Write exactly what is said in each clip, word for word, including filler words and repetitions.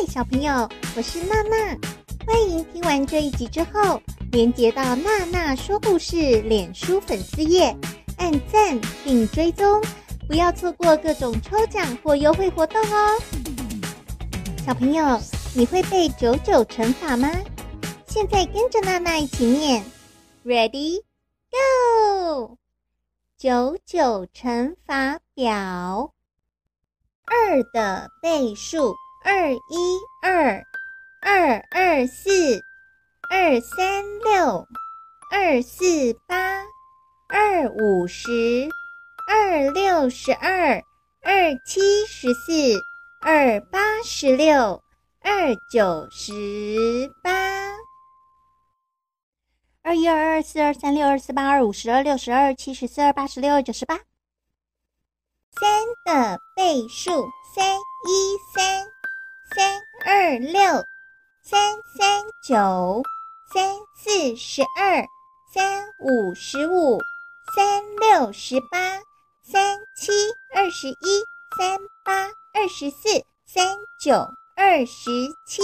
小朋友，我是娜娜，欢迎听完这一集之后，连结到娜娜说故事脸书粉丝页，按赞并追踪，不要错过各种抽奖或优惠活动哦。小朋友，你会背九九乘法吗？现在跟着娜娜一起念 ，Ready Go！ 九九乘法表，二的倍数。二一二，二二四，二三六，二四八，二五十，二六十二，二七十四，二八十六，二九十八。二一二二四二三六二四八二五十二六十二七十四二八十六二九十八。三的倍数，三一三。三二六，三三九，三四十二，三五十五，三六十八，三七二十一，三八二十四，三九二十七。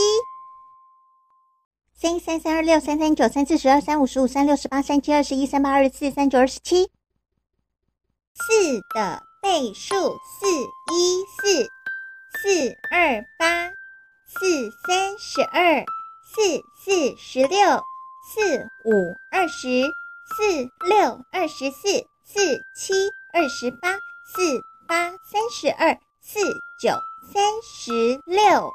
三一三三二六三三九三四十二三五十五三六十八三七二十一三八二十四三九二十七。四的倍数，四一四，四二八，四三十二，四四十六，四五二十，四六二十四，四七二十八，四八三十二，四九三十六。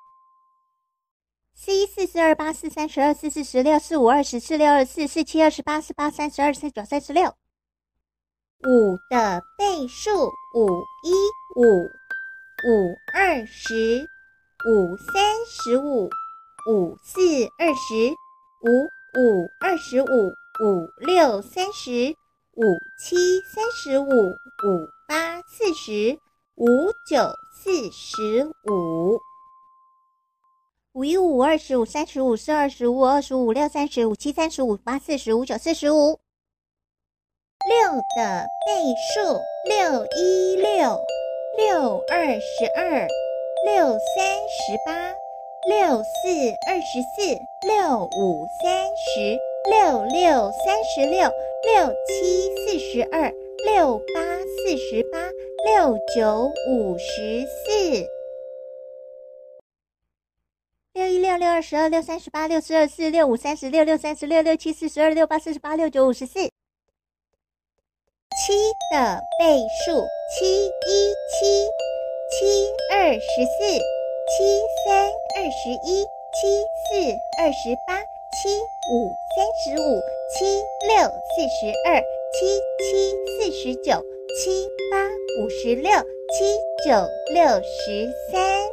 四一四四二八四三十二四四十六四五二十四六二十四四七二十八四八三十二四九三十六。五的倍数，五一五，五二十，五三十五，五四二十，五五二十五，五六三十，五七三十五，五八四十，五九四十五。五一五二十五三十五四二十五二十五六三十五七三十五八四十五九四十五。六的倍数，六一六，六二十二，六三十八，六四二十四，六五三十，六六三十六，六七四十二，六八四十八，六九五十四。六一六六二十二，六三十八，六四二四，六五三十六，六三十六，六七四十二，六八四十八，六九五十四。七的倍数，七一七，七二十四，七三二十一，七四二十八，七五三十五，七六四十二，七七四十九，七八五十六，七九六十三。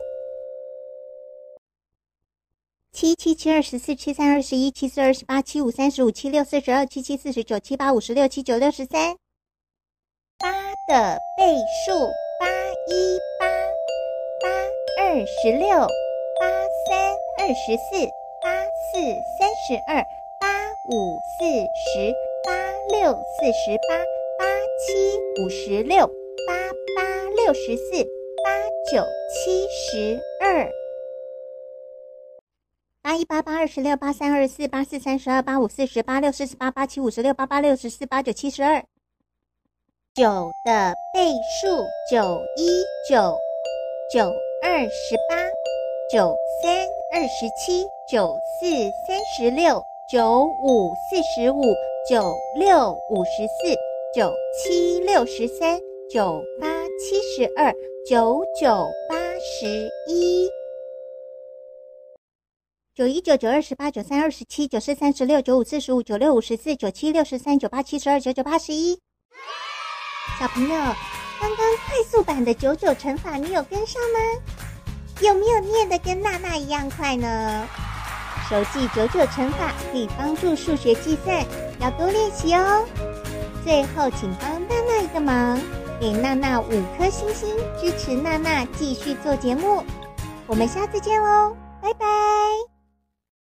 七七七二十四，七三二十一，七四二十八，七五三十五，七六四十二，七七四十九，七八五十六，七九六十三。八的倍数，八一八，八二十六，八三二十四，八四三十二，八五四十，八六四十八，八七五十六，八八六十四，八九七十二。八一八八二十六，八三二十四，八四三十二，八五四十，八六四十八，八七五十六，八八六十四，八九七十二。九的倍数，九一九，九二十八，九三二十七，九四三十六，九五四十五，九六五十四，九七六十三，九八七十二，九九八十一。九一九九二十八，九三二十七，九四三十六，九五四十五，九六五十四，九七六十三，九八七十二，九九八十一。小朋友，刚刚快速版的九九乘法你有跟上吗？有没有念得跟娜娜一样快呢？熟记九九乘法可以帮助数学计算，要多练习哦。最后请帮娜娜一个忙，给娜娜五颗星星，支持娜娜继续做节目。我们下次见喽，拜拜。